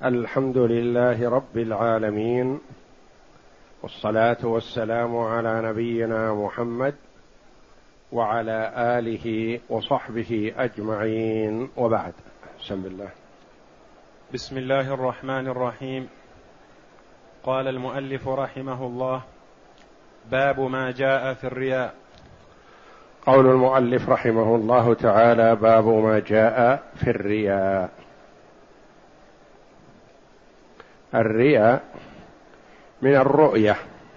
الحمد لله رب العالمين، والصلاة والسلام على نبينا محمد وعلى آله وصحبه أجمعين، وبعد. بسم الله الرحمن الرحيم. قال المؤلف رحمه الله: باب ما جاء في الرياء. قول المؤلف رحمه الله تعالى: باب ما جاء في الرياء. الرياء من الرؤية،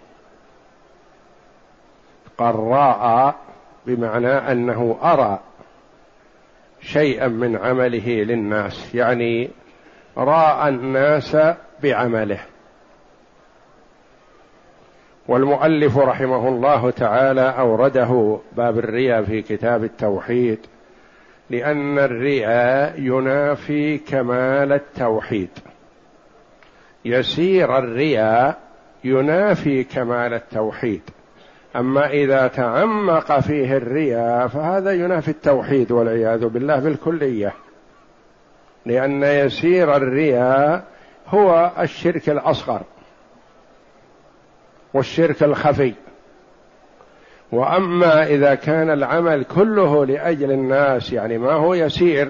قال راى بمعنى أنه أرى شيئا من عمله للناس، يعني راى الناس بعمله. والمؤلف رحمه الله تعالى أورده باب الرياء في كتاب التوحيد لأن الرياء ينافي كمال التوحيد. يسير الرياء ينافي كمال التوحيد، أما إذا تعمق فيه الرياء فهذا ينافي التوحيد والعياذ بالله بالكلية، لأن يسير الرياء هو الشرك الأصغر والشرك الخفي. وأما إذا كان العمل كله لأجل الناس، يعني ما هو يسير،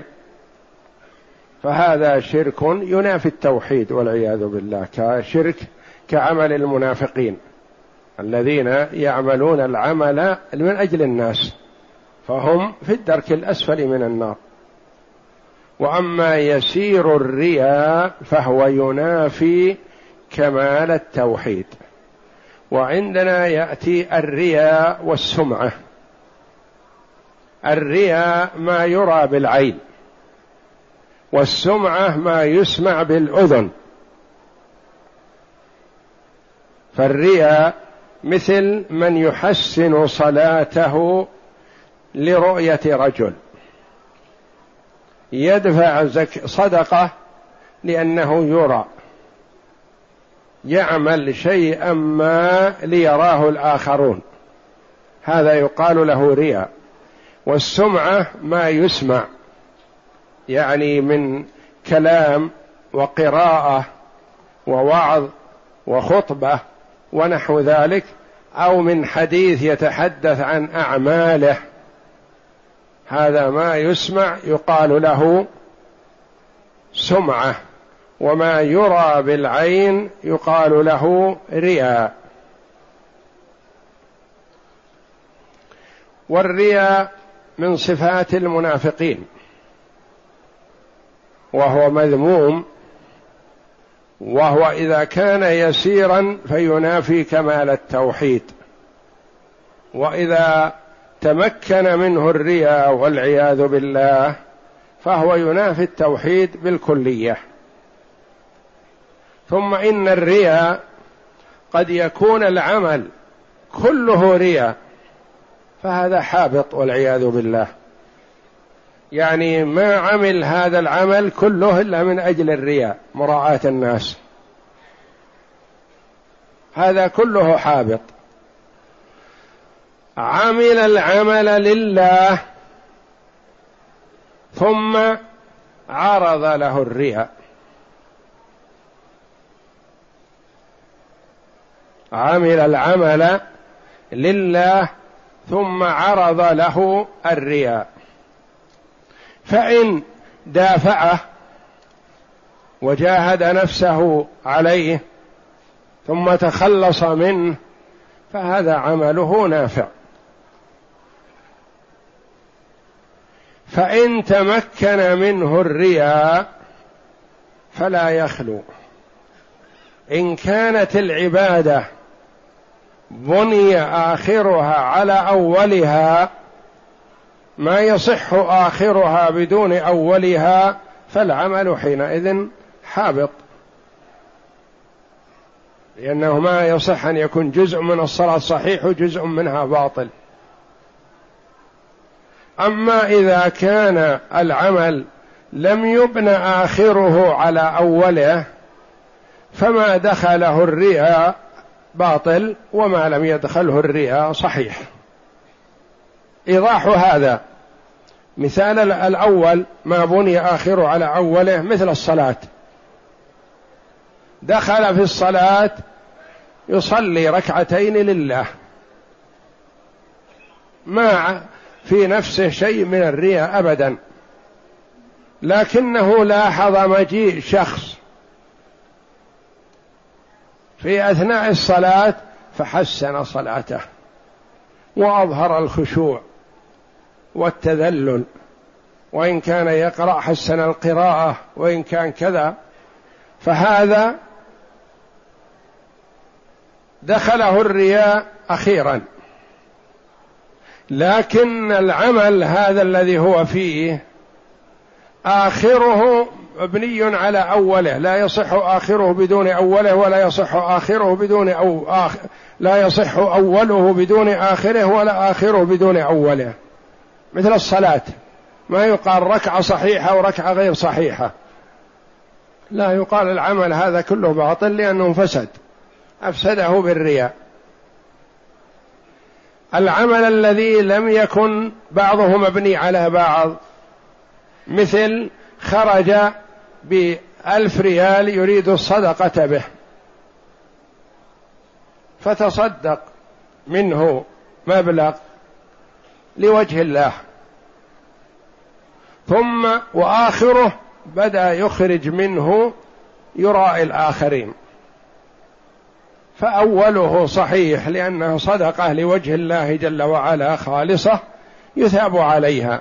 فهذا شرك ينافي التوحيد والعياذ بالله، كشرك كعمل المنافقين الذين يعملون العمل من أجل الناس، فهم في الدرك الأسفل من النار. وأما يسير الرياء فهو ينافي كمال التوحيد. وعندنا يأتي الرياء والسمعة. الرياء ما يرى بالعين، والسمعة ما يسمع بالأذن. فالرياء مثل من يحسن صلاته لرؤية رجل، يدفع صدقة لأنه يرى، يعمل شيئا ما ليراه الآخرون، هذا يقال له رياء. والسمعة ما يسمع، يعني من كلام وقراءة ووعظ وخطبة ونحو ذلك، أو من حديث يتحدث عن أعماله، هذا ما يسمع يقال له سمعة. وما يرى بالعين يقال له رياء. والرياء من صفات المنافقين، وهو مذموم، وهو إذا كان يسيرا فينافي كمال التوحيد، وإذا تمكن منه الرياء والعياذ بالله فهو ينافي التوحيد بالكلية. ثم إن الرياء قد يكون العمل كله رياء، فهذا حابط والعياذ بالله، يعني ما عمل هذا العمل كله إلا من أجل الرياء، مراعاة الناس، هذا كله حابط. عمل العمل لله ثم عرض له الرياء، عمل العمل لله ثم عرض له الرياء، فإن دافعه وجاهد نفسه عليه ثم تخلص منه فهذا عمله نافع. فإن تمكن منه الرياء فلا يخلو. إن كانت العبادة بني آخرها على أولها، ما يصح آخرها بدون أولها، فالعمل حينئذ حابط، لأنه ما يصح أن يكون جزء من الصلاة صحيح وجزء منها باطل. أما إذا كان العمل لم يبن آخره على أوله فما دخله الرياء باطل، وما لم يدخله الرياء صحيح. إيضاح هذا: مثال الأول ما بني آخره على أوله مثل الصلاة، دخل في الصلاة يصلي ركعتين لله، ما في نفسه شيء من الرياء أبدا، لكنه لاحظ مجيء شخص في أثناء الصلاة فحسن صلاته وأظهر الخشوع والتذلل، وإن كان يقرأ حسن القراءة، وإن كان كذا، فهذا دخله الرياء أخيرا. لكن العمل هذا الذي هو فيه آخره مبني على أوله، لا يصح آخره بدون أوله، ولا يصح آخره بدون لا يصح أوله بدون آخره، ولا آخره بدون أوله. مثل الصلاة، ما يقال ركعة صحيحة وركعة غير صحيحة، لا يقال العمل هذا كله باطل لأنه فسد، أفسده بالرياء. العمل الذي لم يكن بعضه مبني على بعض، مثل خرج ب1,000 ريال يريد الصدقة به، فتصدق منه مبلغ لوجه الله، ثم وآخره بدأ يخرج منه يرائي الآخرين، فأوله صحيح لأنه صدقة لوجه الله جل وعلا خالصة يثاب عليها،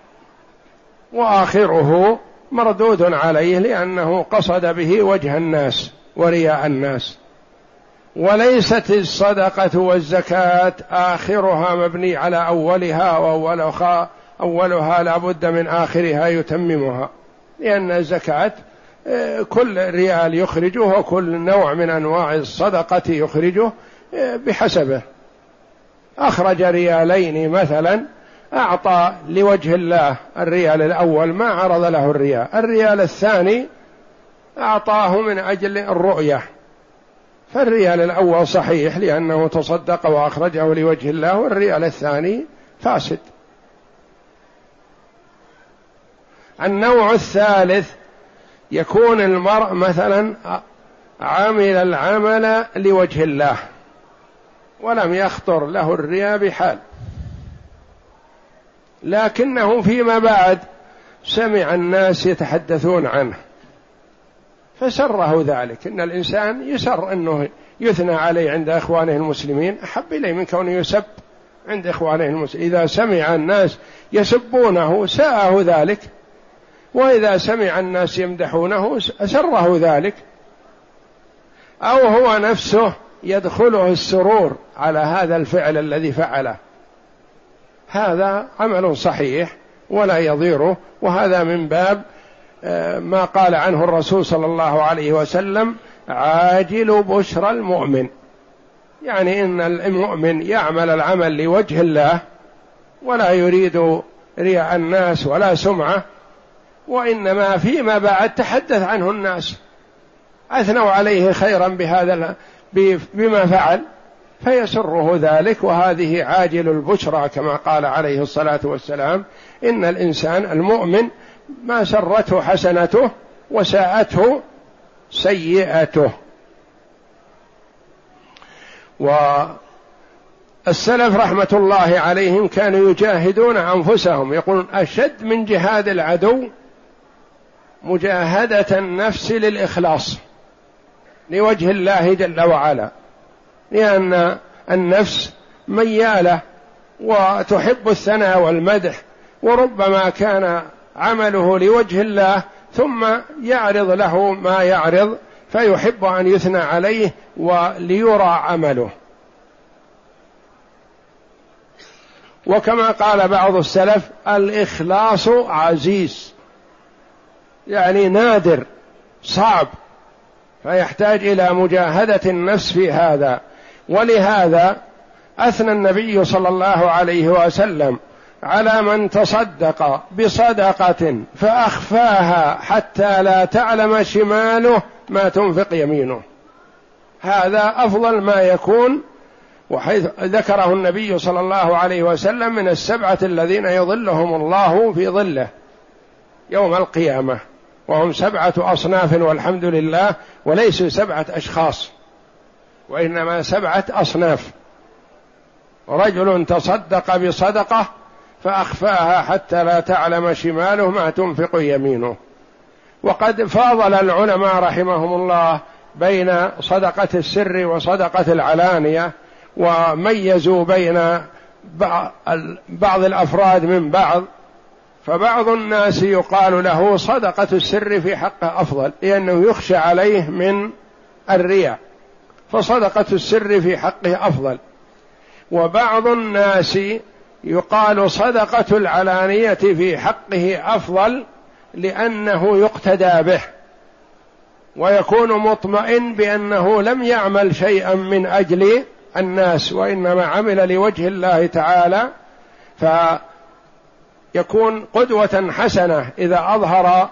وآخره مردود عليه لأنه قصد به وجه الناس ورياء الناس. وليست الصدقة والزكاة آخرها مبني على أولها، وأولها لا بد من آخرها يتممها، لأن الزكاة كل ريال يخرجه وكل نوع من أنواع الصدقة يخرجه بحسبه. أخرج ريالين مثلا، أعطى لوجه الله الريال الأول ما عرض له الرياء، الريال الثاني أعطاه من أجل الرؤية، فالريال الأول صحيح لأنه تصدق وأخرجه لوجه الله، والريال الثاني فاسد. النوع الثالث يكون المرء مثلا عمل العمل لوجه الله ولم يخطر له الرياء بحال، لكنه فيما بعد سمع الناس يتحدثون عنه فسره ذلك. إن الإنسان يسر أنه يثنى عليه عند إخوانه المسلمين، أحب إليه من كونه يسب عند إخوانه المسلمين. إذا سمع الناس يسبونه ساءه ذلك، وإذا سمع الناس يمدحونه أسره ذلك، أو هو نفسه يدخله السرور على هذا الفعل الذي فعله. هذا عمل صحيح ولا يضيره، وهذا من باب ما قال عنه الرسول صلى الله عليه وسلم: عاجل بشرى المؤمن، يعني إن المؤمن يعمل العمل لوجه الله ولا يريد رياء الناس ولا سمعة، وإنما فيما بعد تحدث عنه الناس، أثنوا عليه خيرا بما فعل فيسره ذلك، وهذه عاجل البشرى كما قال عليه الصلاة والسلام: إن الإنسان المؤمن ما سرته حسنته وساءته سيئته. والسلف رحمة الله عليهم كانوا يجاهدون أنفسهم، يقولون: أشد من جهاد العدو مجاهدة النفس للإخلاص لوجه الله جل وعلا، لأن النفس ميالة وتحب الثناء والمدح، وربما كان عمله لوجه الله ثم يعرض له ما يعرض فيحب أن يثنى عليه وليرى عمله. وكما قال بعض السلف: الإخلاص عزيز، يعني نادر صعب، فيحتاج إلى مجاهدة النفس في هذا. ولهذا أثنى النبي صلى الله عليه وسلم على من تصدق بصدقة فأخفاها حتى لا تعلم شماله ما تنفق يمينه، هذا أفضل ما يكون، وحيث ذكره النبي صلى الله عليه وسلم من 7 الذين يظلهم الله في ظله يوم القيامة. وهم 7 أصناف والحمد لله، وليسوا 7 أشخاص، وإنما 7 أصناف. رجل تصدق بصدقة فأخفاها حتى لا تعلم شماله ما تنفق يمينه. وقد فاضل العلماء رحمهم الله بين صدقة السر وصدقة العلانية، وميزوا بين بعض الأفراد من بعض. فبعض الناس يقال له صدقة السر في حقه أفضل لأنه يخشى عليه من الرياء، فصدقة السر في حقه أفضل. وبعض الناس يقال صدقة العلانية في حقه أفضل لأنه يقتدى به ويكون مطمئن بأنه لم يعمل شيئا من أجل الناس، وإنما عمل لوجه الله تعالى، فيكون قدوة حسنة إذا أظهر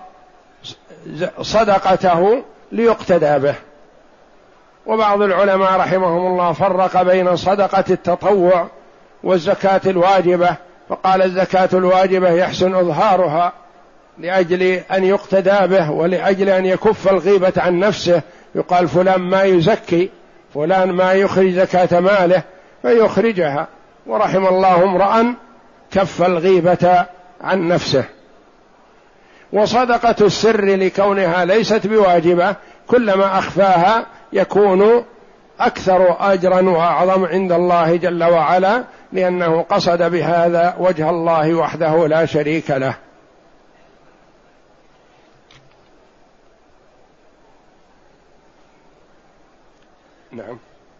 صدقته ليقتدى به. وبعض العلماء رحمهم الله فرق بين صدقة التطوع والزكاة الواجبة، فقال الزكاة الواجبة يحسن إظهارها لأجل أن يقتدى به ولأجل أن يكف الغيبة عن نفسه، يقال فلان ما يزكي، فلان ما يخرج زكاة ماله فيخرجها، ورحم الله امرأ كف الغيبة عن نفسه. وصدقة السر لكونها ليست بواجبة، كلما أخفاها يكون أكثر أجرا وأعظم عند الله جل وعلا، لأنه قصد بهذا وجه الله وحده لا شريك له. نعم.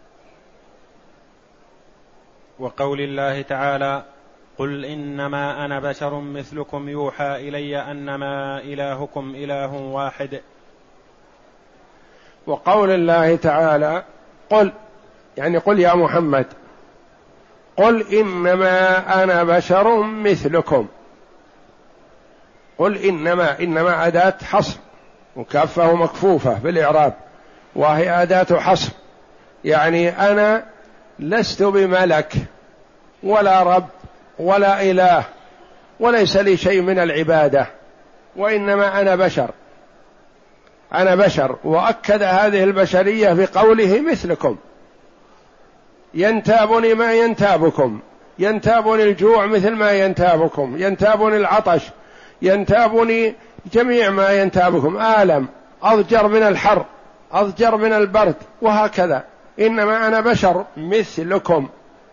وقول الله تعالى: قل إنما أنا بشر مثلكم يوحى إلي أنما إلهكم إله واحد. وقول الله تعالى قل، يعني قل يا محمد، قل إنما أنا بشر مثلكم. قل إنما أداة حصر مكافة ومكفوفة بالإعراب، وهي أداة حصر، يعني أنا لست بملك ولا رب ولا إله وليس لي شيء من العبادة، وإنما أنا بشر. أنا بشر، وأكد هذه البشرية بقوله مثلكم، ينتابني ما ينتابكم، ينتابني الجوع مثل ما ينتابكم، ينتابني العطش، ينتابني جميع ما ينتابكم، آلم، أضجر من الحر، أضجر من البرد، وهكذا. إنما أنا بشر مثلكم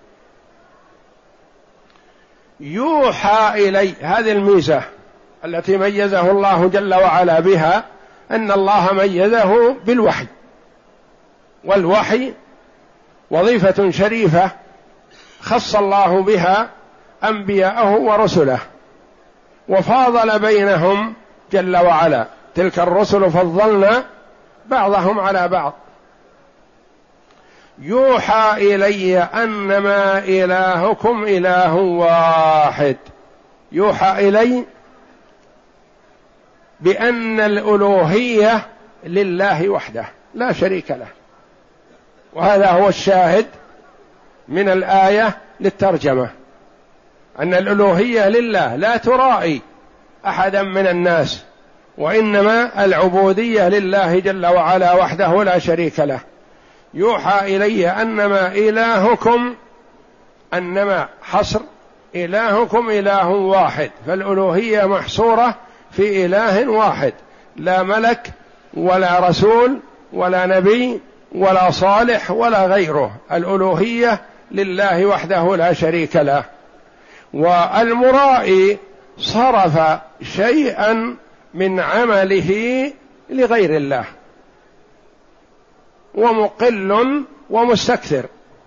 يوحى إلي. هذه الميزة التي ميزه الله جل وعلا بها، أن الله ميزه بالوحي، والوحي وظيفة شريفة خص الله بها أنبياءه ورسله، وفاضل بينهم جل وعلا. تلك الرسل فضلنا بعضهم على بعض. يوحى إلي أنما إلهكم إله واحد. يوحى إلي بأن الألوهية لله وحده لا شريك له، وهذا هو الشاهد من الآية للترجمة، أن الألوهية لله لا ترائي أحدا من الناس، وإنما العبودية لله جل وعلا وحده لا شريك له. يوحى إلي أنما إلهكم، أنما حصر، إلهكم إله واحد، فالألوهية محصورة في إله واحد، لا ملك ولا رسول ولا نبي ولا صالح ولا غيره، الألوهية لله وحده لا شريك له. والمرائي صرف شيئا من عمله لغير الله، ومقل ومستكثر.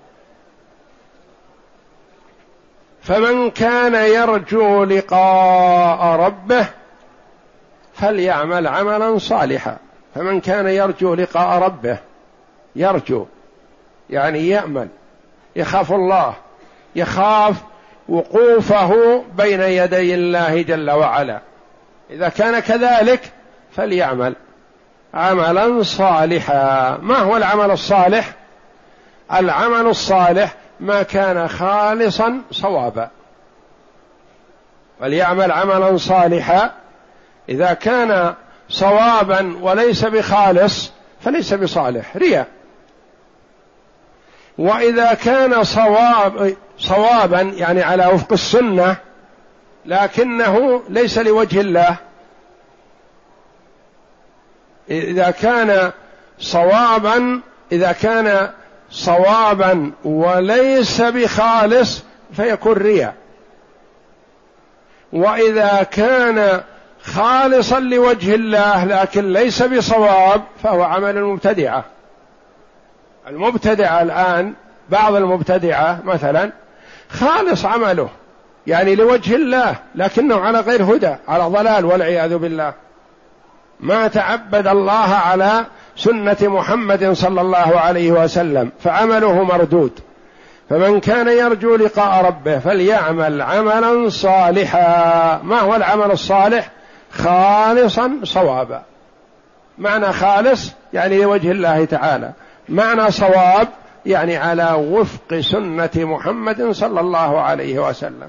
فمن كان يرجو لقاء ربه فليعمل عملا صالحا. فمن كان يرجو لقاء ربه، يرجو يعني يأمل، يخاف الله، يخاف وقوفه بين يدي الله جل وعلا، إذا كان كذلك فليعمل عملا صالحا. ما هو العمل الصالح؟ العمل الصالح ما كان خالصا صوابا. وليعمل عملا صالحا إذا كان صوابا وليس بخالص فليس بصالح، رياء. وإذا كان صوابا يعني على وفق السنة لكنه ليس لوجه الله، إذا كان صوابا وليس بخالص فيكون رياء. وإذا كان خالصا لوجه الله لكن ليس بصواب فهو عمل المبتدعة. المبتدعة الآن بعض المبتدعة مثلا خالص عمله يعني لوجه الله لكنه على غير هدى، على ضلال والعياذ بالله، ما تعبد الله على سنة محمد صلى الله عليه وسلم، فعمله مردود. فمن كان يرجو لقاء ربه فليعمل عملا صالحا. ما هو العمل الصالح؟ خالصا صوابا. معنى خالص يعني لوجه الله تعالى، معنى صواب يعني على وفق سنة محمد صلى الله عليه وسلم.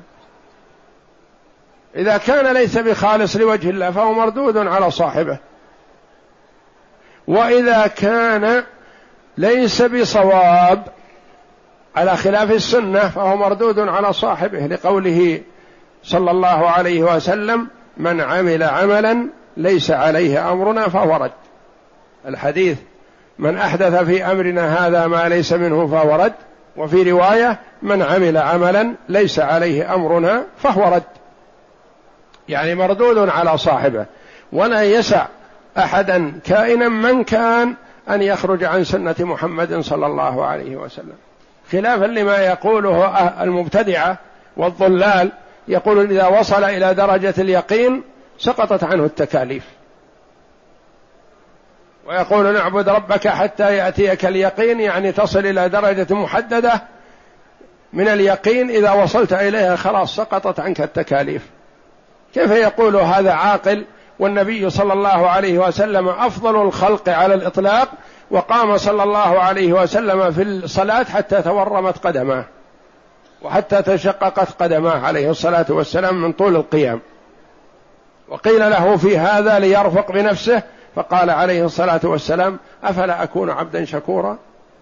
إذا كان ليس بخالص لوجه الله فهو مردود على صاحبه، وإذا كان ليس بصواب على خلاف السنة فهو مردود على صاحبه، لقوله صلى الله عليه وسلم: من عمل عملا ليس عليه أمرنا فهو رد. الحديث: من أحدث في أمرنا هذا ما ليس منه فهو رد. وفي رواية: من عمل عملا ليس عليه أمرنا فهو رد، يعني مردود على صاحبه. ولا يسع أحدا كائنا من كان أن يخرج عن سنة محمد صلى الله عليه وسلم، خلافا لما يقوله المبتدعة والضلال، يقول إذا وصل إلى درجة اليقين سقطت عنه التكاليف، ويقول: نعبد ربك حتى يأتيك اليقين، يعني تصل إلى درجة محددة من اليقين، إذا وصلت إليها خلاص سقطت عنك التكاليف. كيف يقول هذا عاقل والنبي صلى الله عليه وسلم أفضل الخلق على الإطلاق، وقام صلى الله عليه وسلم في الصلاة حتى تورمت قدماه وحتى تشققت قدماه عليه الصلاة والسلام من طول القيام، وقيل له في هذا ليرفق بنفسه فقال عليه الصلاة والسلام: أفلا أكون عبدا شكورا؟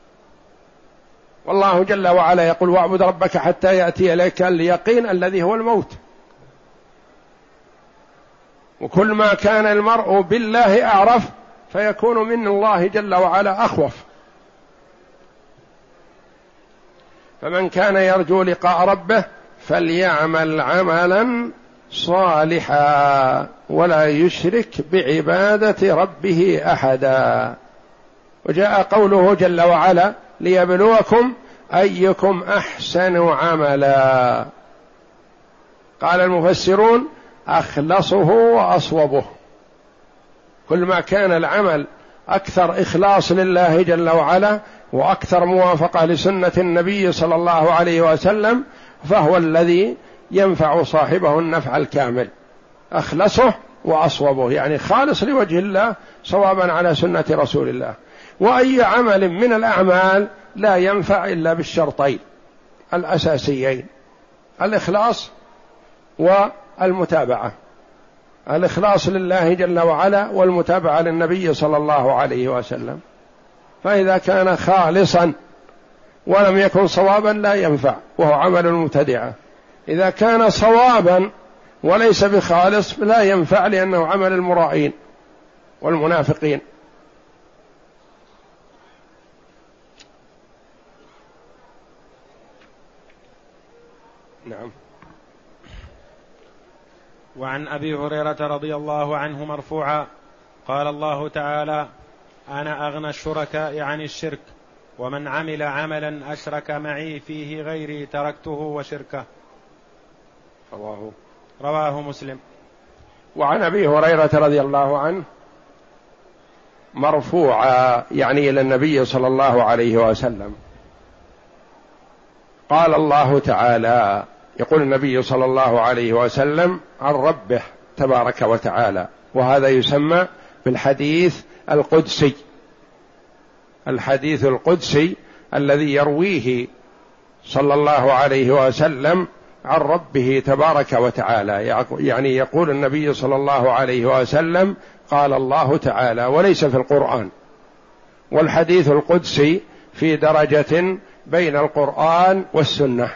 والله جل وعلا يقول: واعبد ربك حتى يأتي إليك اليقين الذي هو الموت. وكل ما كان المرء بالله أعرف فيكون من الله جل وعلا أخوف. فمن كان يرجو لقاء ربه فليعمل عملا صالحا ولا يشرك بعبادة ربه أحدا. وجاء قوله جل وعلا: ليبلوكم أيكم أحسن عملا. قال المفسرون: أخلصه وأصوبه. كل ما كان العمل أكثر إخلاص لله جل وعلا وأكثر موافقة لسنة النبي صلى الله عليه وسلم فهو الذي ينفع صاحبه النفع الكامل. أخلصه وأصوبه يعني خالص لوجه الله صوابا على سنة رسول الله. وأي عمل من الأعمال لا ينفع إلا بالشرطين الأساسيين: الإخلاص والمتابعة. الإخلاص لله جل وعلا والمتابعة للنبي صلى الله عليه وسلم. فإذا كان خالصا ولم يكن صوابا لا ينفع، وهو عمل المبتدعة. إذا كان صوابا وليس بخالص لا ينفع، لأنه عمل المرائين والمنافقين. نعم. وعن أبي هريرة رضي الله عنه مرفوعا: قال الله تعالى: أنا أغنى الشركاء عن الشرك، ومن عمل عملا أشرك معي فيه غيري تركته وشركه. رواه مسلم. وعن أبي هريرة رضي الله عنه مرفوعا يعني إلى النبي صلى الله عليه وسلم: قال الله تعالى، يقول النبي صلى الله عليه وسلم عن ربه تبارك وتعالى، وهذا يسمى بالحديث القدسي. الحديث القدسي الذي يرويه صلى الله عليه وسلم عن ربه تبارك وتعالى. يعني يقول النبي صلى الله عليه وسلم قال الله تعالى، وليس في القرآن. والحديث القدسي في درجة بين القرآن والسنة،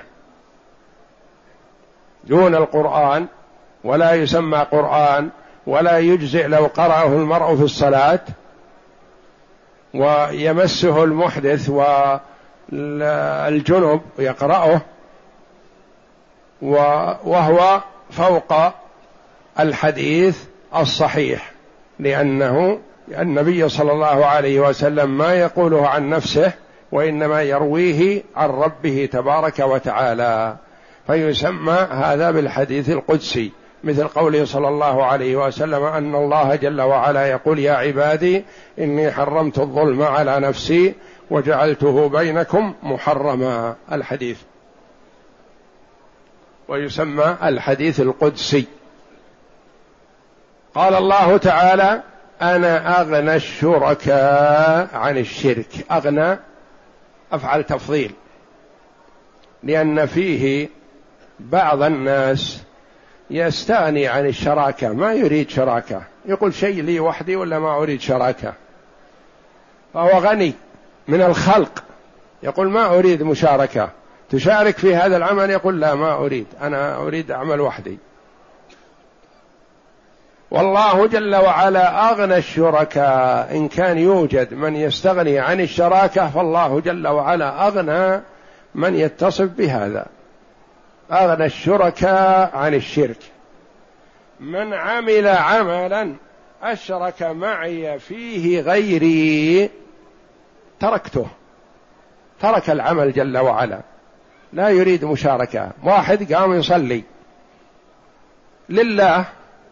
دون القرآن، ولا يسمى قرآن، ولا يجزئ لو قرأه المرء في الصلاة، ويمسه المحدث والجنب يقرأه، وهو فوق الحديث الصحيح، لأنه النبي صلى الله عليه وسلم ما يقوله عن نفسه، وإنما يرويه عن ربه تبارك وتعالى، فيسمى هذا بالحديث القدسي، مثل قوله صلى الله عليه وسلم أن الله جل وعلا يقول يا عبادي إني حرمت الظلم على نفسي وجعلته بينكم محرما، الحديث، ويسمى الحديث القدسي. قال الله تعالى أنا أغنى الشركاء عن الشرك. أغنى أفعل تفضيل، لأن فيه بعض الناس يستغني عن الشراكة، ما يريد شراكة، يقول شيء لي وحدي ولا ما أريد شراكة، فهو غني من الخلق، يقول ما أريد مشاركة، تشارك في هذا العمل، يقول لا ما أريد، أنا أريد أعمل وحدي. والله جل وعلا أغنى الشركاء، إن كان يوجد من يستغني عن الشراكة فالله جل وعلا أغنى من يتصف بهذا، أغنى الشركاء عن الشرك. من عمل عملا أشرك معي فيه غيري تركته، ترك العمل جل وعلا، لا يريد مشاركة. واحد قام يصلي لله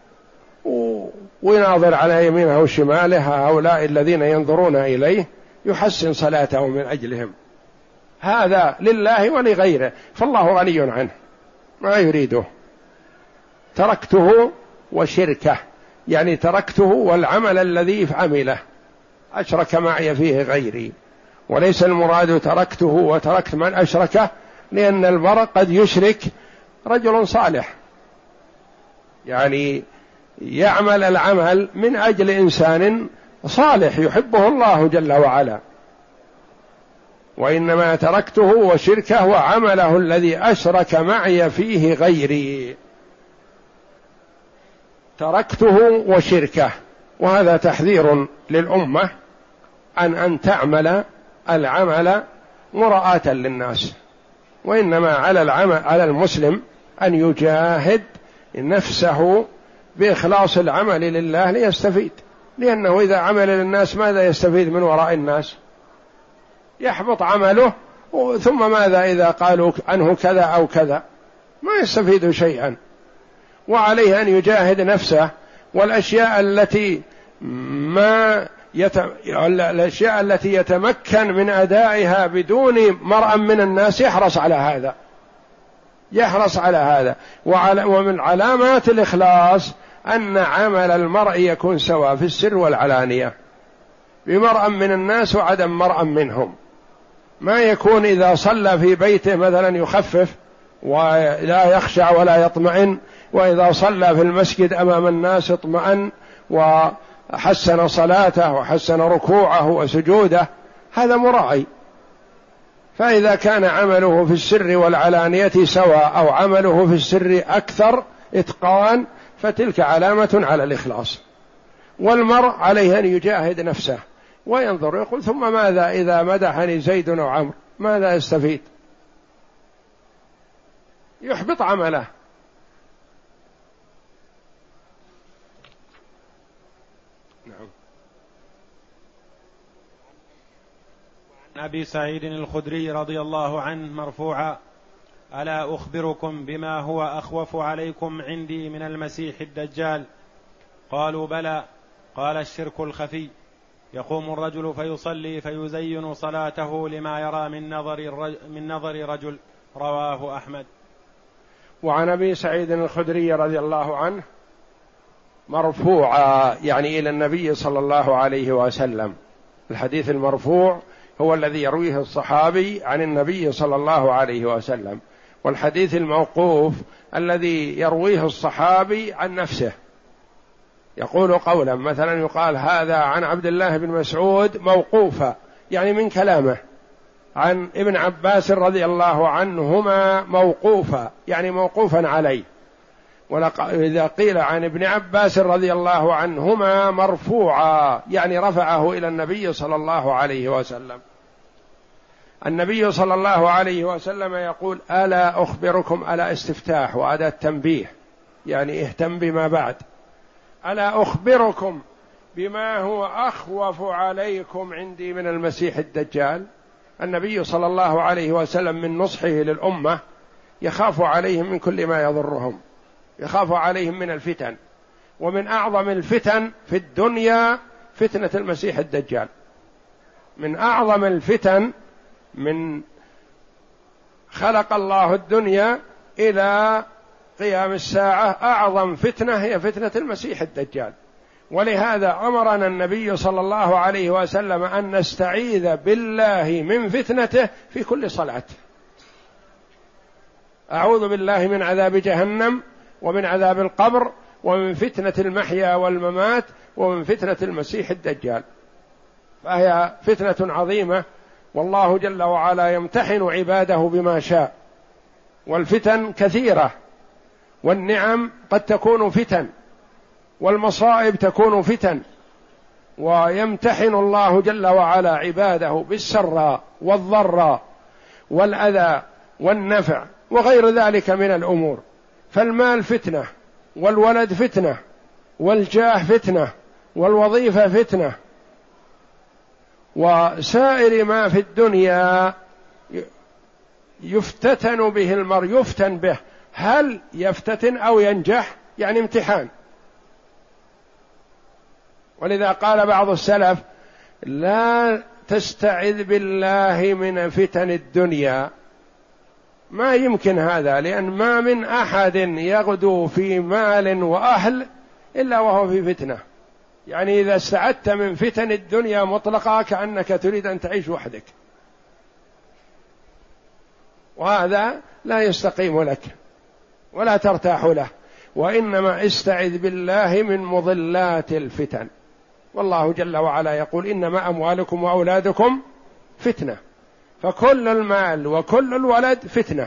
ويناظر على يمينه وشماله هؤلاء الذين ينظرون إليه، يحسن صلاته من أجلهم، هذا لله ولغيره، فالله غني عنه ما يريده. تركته وشركه، يعني تركته والعمل الذي عمله، أشرك معي فيه غيري، وليس المراد تركته وتركت من أشركه، لأن المرء قد يشرك رجل صالح، يعني يعمل العمل من أجل إنسان صالح يحبه الله جل وعلا، وإنما تركته وشركه وعمله الذي أشرك معي فيه غيري، تركته وشركه. وهذا تحذير للأمة عن أن تعمل العمل مراءة للناس، وإنما على المسلم أن يجاهد نفسه بإخلاص العمل لله ليستفيد، لأنه إذا عمل للناس ماذا يستفيد من وراء الناس؟ يحبط عمله، ثم ماذا إذا قالوا عنه كذا أو كذا؟ ما يستفيد شيئا. وعليه أن يجاهد نفسه، والأشياء الأشياء التي يتمكن من أدائها بدون مرأى من الناس يحرص على هذا، يحرص على هذا. ومن علامات الإخلاص أن عمل المرء يكون سواء في السر والعلانية، بمرأى من الناس وعدم مرأى منهم. ما يكون إذا صلى في بيته مثلا يخفف ولا يخشع ولا يطمئن، وإذا صلى في المسجد أمام الناس اطمأن وحسن صلاته وحسن ركوعه وسجوده، هذا مراعي. فإذا كان عمله في السر والعلانية سواء أو عمله في السر أكثر إتقان، فتلك علامة على الإخلاص. والمرء عليه أن يجاهد نفسه وينظر، يقول ثم ماذا إذا مدحني زيد وعمر، ماذا يستفيد؟ يحبط عمله. نعم. عن أبي سعيد الخدري رضي الله عنه مرفوعا: ألا أخبركم بما هو أخوف عليكم عندي من المسيح الدجال؟ قالوا بلى. قال: الشرك الخفي، يقوم الرجل فيصلي فيزين صلاته لما يرى من نظر رجل. رواه أحمد. وعن أبي سعيد الخدري رضي الله عنه مرفوعا، يعني إلى النبي صلى الله عليه وسلم. الحديث المرفوع هو الذي يرويه الصحابي عن النبي صلى الله عليه وسلم، والحديث الموقوف الذي يرويه الصحابي عن نفسه، يقول قولا مثلا يقال هذا عن عبد الله بن مسعود موقوفا، يعني من كلامه، عن ابن عباس رضي الله عنهما موقوفا، يعني موقوفا عليه. وإذا قيل عن ابن عباس رضي الله عنهما مرفوعا، يعني رفعه إلى النبي صلى الله عليه وسلم. النبي صلى الله عليه وسلم يقول ألا أخبركم، ألا استفتاح وأداة تنبيه، يعني اهتم بما بعد، ألا أخبركم بما هو أخوف عليكم عندي من المسيح الدجال. النبي صلى الله عليه وسلم من نصحه للأمة يخاف عليهم من كل ما يضرهم، يخاف عليهم من الفتن، ومن أعظم الفتن في الدنيا فتنة المسيح الدجال. من أعظم الفتن من خلق الله الدنيا إلى قيام الساعة، أعظم فتنة هي فتنة المسيح الدجال. ولهذا أمرنا النبي صلى الله عليه وسلم أن نستعيذ بالله من فتنته في كل صلاة. أعوذ بالله من عذاب جهنم، ومن عذاب القبر، ومن فتنة المحيا والممات، ومن فتنة المسيح الدجال. فهي فتنة عظيمة، والله جل وعلا يمتحن عباده بما شاء، والفتن كثيرة، والنعم قد تكون فتن، والمصائب تكون فتن، ويمتحن الله جل وعلا عباده بالسراء والضراء والأذى والنفع وغير ذلك من الأمور. فالمال فتنة، والولد فتنة، والجاه فتنة، والوظيفة فتنة، وسائر ما في الدنيا يفتتن به المرء، يفتن به، هل يفتتن أو ينجح؟ يعني امتحان. ولذا قال بعض السلف لا تستعذ بالله من فتن الدنيا، ما يمكن هذا، لأن ما من أحد يغدو في مال وأهل إلا وهو في فتنة. يعني إذا استعدت من فتن الدنيا مطلقة كأنك تريد أن تعيش وحدك، وهذا لا يستقيم لك ولا ترتاح له. وإنما استعذ بالله من مضلات الفتن. والله جل وعلا يقول إنما أموالكم وأولادكم فتنة، فكل المال وكل الولد فتنة.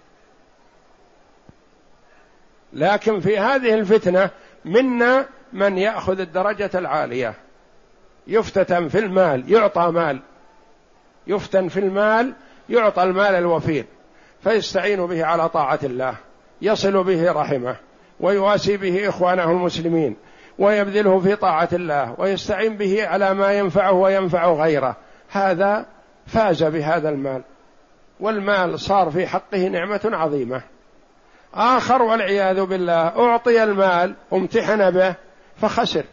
لكن في هذه الفتنة منا من يأخذ الدرجة العالية، يفتتن في المال يعطى مال، يفتن في المال يعطى المال الوفير، فيستعين به على طاعة الله، يصل به رحمه، ويواسي به إخوانه المسلمين، ويبذله في طاعة الله، ويستعين به على ما ينفعه وينفع غيره. هذا فاز بهذا المال، والمال صار في حقه نعمة عظيمة. آخر والعياذ بالله أعطي المال امتحن به فخسر،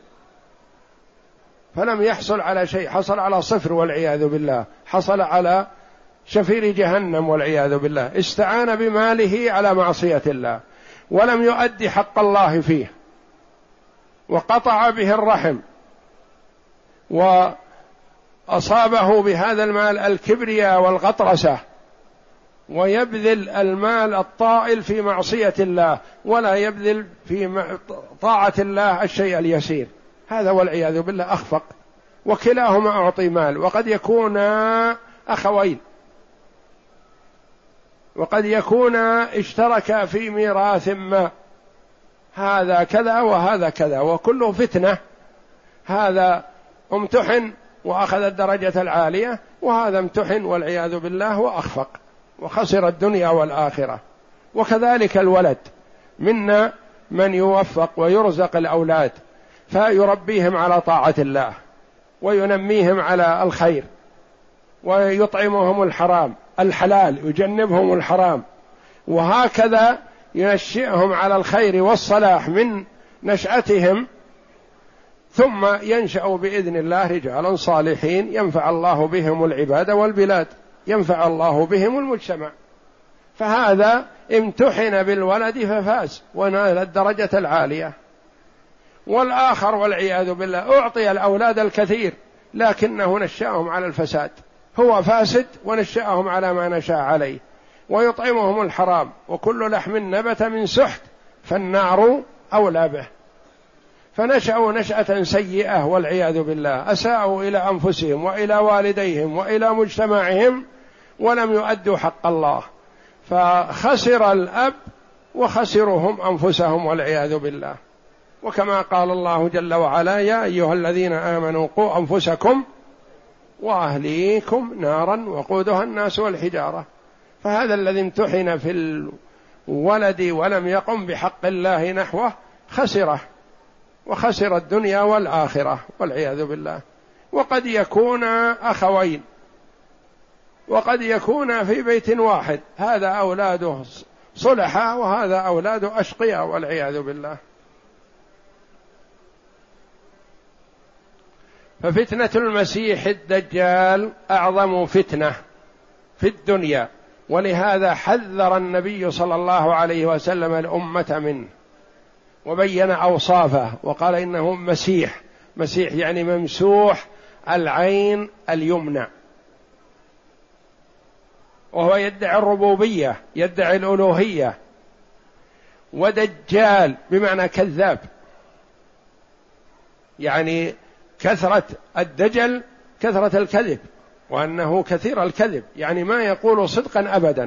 فلم يحصل على شيء، حصل على صفر والعياذ بالله، حصل على شفير جهنم والعياذ بالله. استعان بماله على معصية الله، ولم يؤدي حق الله فيه، وقطع به الرحم، وأصابه بهذا المال الكبرياء والغطرسة، ويبذل المال الطائل في معصية الله، ولا يبذل في طاعة الله الشيء اليسير. هذا والعياذ بالله أخفق. وكلاهما أعطي مال، وقد يكونا أخوين، وقد يكونا اشتركا في ميراث ما، هذا كذا وهذا كذا، وكله فتنة. هذا امتحن وأخذ الدرجة العالية، وهذا امتحن والعياذ بالله وأخفق، وخسر الدنيا والآخرة. وكذلك الولد، منا من يوفق ويرزق الأولاد فيربيهم على طاعة الله، وينميهم على الخير، ويطعمهم الحلال، يجنبهم الحرام، وهكذا ينشئهم على الخير والصلاح من نشأتهم، ثم ينشأ بإذن الله رجالا صالحين ينفع الله بهم العباد والبلاد، ينفع الله بهم المجتمع. فهذا امتحن بالولد ففاز ونال الدرجة العالية. والآخر والعياذ بالله أعطي الأولاد الكثير لكنه نشأهم على الفساد، هو فاسد ونشأهم على ما نشأ عليه، ويطعمهم الحرام، وكل لحم نبت من سحت فالنار أولى به. فنشأوا نشأة سيئة والعياذ بالله، أساءوا إلى أنفسهم وإلى والديهم وإلى مجتمعهم ولم يؤدوا حق الله، فخسر الأب وخسرهم أنفسهم والعياذ بالله. وكما قال الله جل وعلا: يا أيها الذين آمنوا قوا أنفسكم وأهليكم نارا وقودها الناس والحجارة. فهذا الذي امتحن في الولد ولم يقم بحق الله نحوه خسره، وخسر الدنيا والآخرة والعياذ بالله. وقد يكون أخوين، وقد يكون في بيت واحد، هذا أولاده صلحاء وهذا أولاده أشقياء والعياذ بالله. ففتنة المسيح الدجال أعظم فتنة في الدنيا، ولهذا حذر النبي صلى الله عليه وسلم الأمة منه وبين أوصافه، وقال إنه مسيح يعني ممسوح العين اليمنى، وهو يدعي الربوبية، يدعي الألوهية. ودجال بمعنى كذاب، يعني كثرة الدجل كثرة الكذب، وأنه كثير الكذب، يعني ما يقول صدقا أبدا.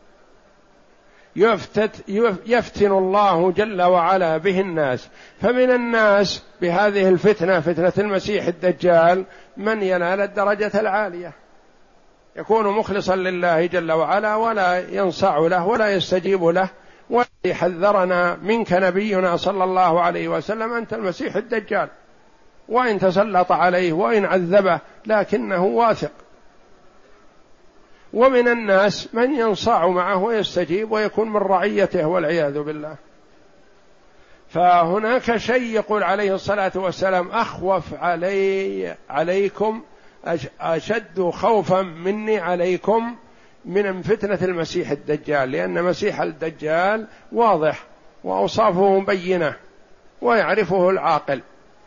يفتن الله جل وعلا به الناس. فمن الناس بهذه الفتنة، فتنة المسيح الدجال، من ينال الدرجة العالية، يكون مخلصا لله جل وعلا ولا ينصاع له ولا يستجيب له. والذي حذرنا منك نبينا صلى الله عليه وسلم: أنت المسيح الدجال، وإن تسلط عليه وإن عذبه لكنه واثق. ومن الناس من ينصاع معه ويستجيب ويكون من رعيته والعياذ بالله. فهناك شيء يقول عليه الصلاة والسلام: أخوف عليكم، أشد خوفا مني عليكم من فتنة المسيح الدجال، لأن مسيح الدجال واضح وأوصافه بينة ويعرفه العاقل.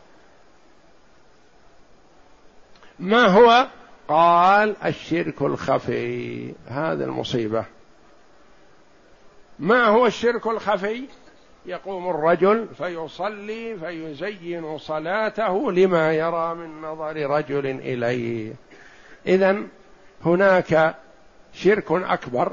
ما هو؟ قال: الشرك الخفي. هذا المصيبة. ما هو الشرك الخفي؟ يقوم الرجل فيصلي فيزين صلاته لما يرى من نظر رجل إليه. إذن هناك شرك أكبر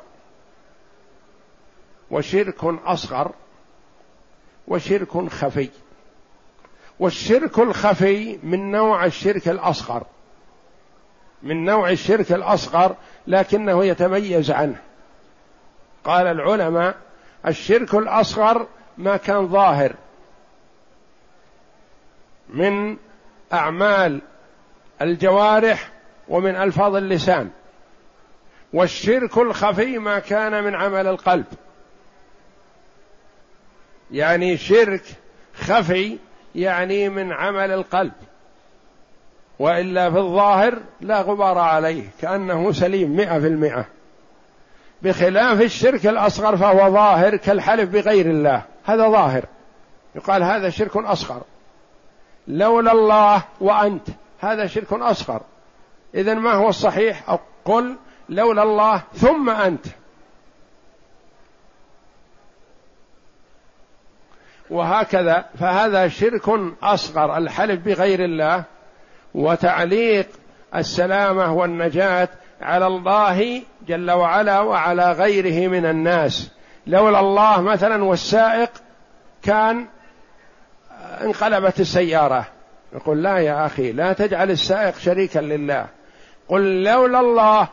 وشرك أصغر وشرك خفي. والشرك الخفي من نوع الشرك الأصغر، من نوع الشرك الأصغر، لكنه يتميز عنه. قال العلماء: الشرك الأصغر ما كان ظاهر من أعمال الجوارح ومن ألفاظ اللسان، والشرك الخفي ما كان من عمل القلب. يعني شرك خفي يعني من عمل القلب، وإلا في الظاهر لا غبار عليه، كأنه سليم 100%. بخلاف الشرك الأصغر فهو ظاهر، كالحلف بغير الله، هذا ظاهر، يقال هذا شرك أصغر. لولا الله وأنت، هذا شرك أصغر. إذن ما هو الصحيح؟ أو قل لولا الله ثم أنت. وهكذا، فهذا شرك أصغر، الحلف بغير الله وتعليق السلامة والنجاة على الله جل وعلا وعلى غيره من الناس. لولا الله مثلا والسائق كان انقلبت السيارة، يقول: لا يا أخي، لا تجعل السائق شريكا لله، قل لولا الله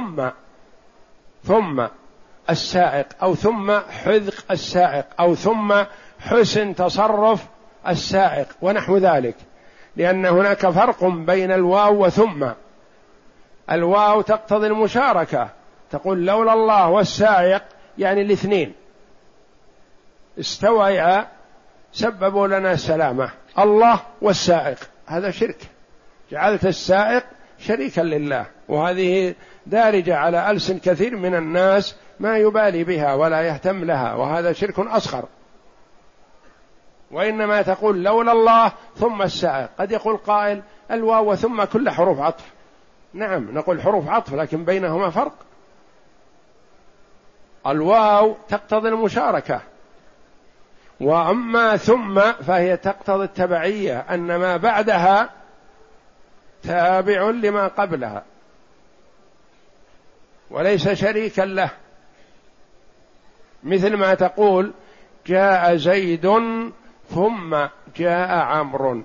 ثم السائق، أو ثم حذق السائق، أو ثم حسن تصرف السائق ونحو ذلك. لأن هناك فرق بين الواو وثم. الواو تقتضي المشاركة، تقول لولا الله والسائق، يعني الاثنين استويا سببوا لنا السلامة، الله والسائق، هذا شرك، جعلت السائق شريكا لله. وهذه دارجة على ألسن كثير من الناس، ما يبالي بها ولا يهتم لها، وهذا شرك أصغر. وإنما تقول لولا الله ثم السائق. قد يقول قائل: الواو وثم كل حروف عطف. نعم، نقول حروف عطف، لكن بينهما فرق. الواو تقتضي المشاركة، وأما ثم فهي تقتضي التبعية، أن ما بعدها تابع لما قبلها وليس شريكا له، مثل ما تقول جاء زيد ثم جاء عمرو،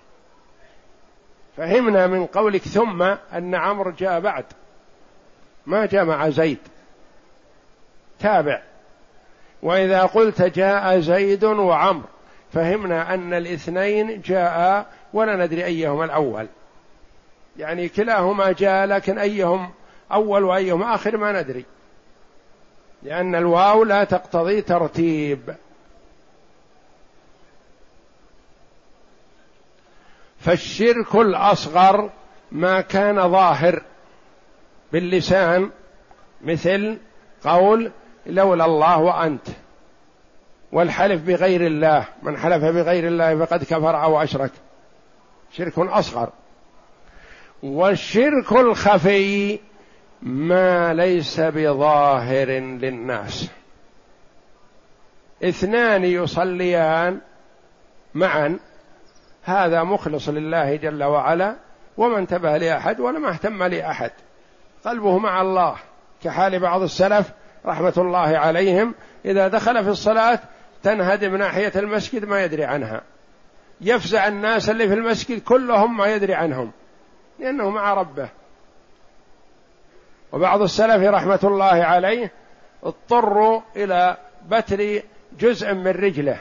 فهمنا من قولك ثم أن عمرو جاء بعد، ما جاء مع زيد، تابع. وإذا قلت جاء زيد وعمرو فهمنا أن الاثنين جاء ولا ندري أيهما الأول، يعني كلاهما جاء لكن أيهم أول وأيهم آخر ما ندري، لأن الواو لا تقتضي ترتيب. فالشرك الأصغر ما كان ظاهر باللسان، مثل قول لولا الله وأنت، والحلف بغير الله، من حلف بغير الله فقد كفر أو أشرك، شرك أصغر. والشرك الخفي ما ليس بظاهر للناس، اثنان يصليان معا، هذا مخلص لله جل وعلا وما انتبه لأحد ولا ما اهتم لأحد، قلبه مع الله، كحال بعض السلف رحمة الله عليهم إذا دخل في الصلاة تنهدم ناحية المسجد ما يدري عنها، يفزع الناس اللي في المسجد كلهم ما يدري عنهم لأنه مع ربه. وبعض السلف رحمة الله عليه اضطروا إلى بتر جزء من رجله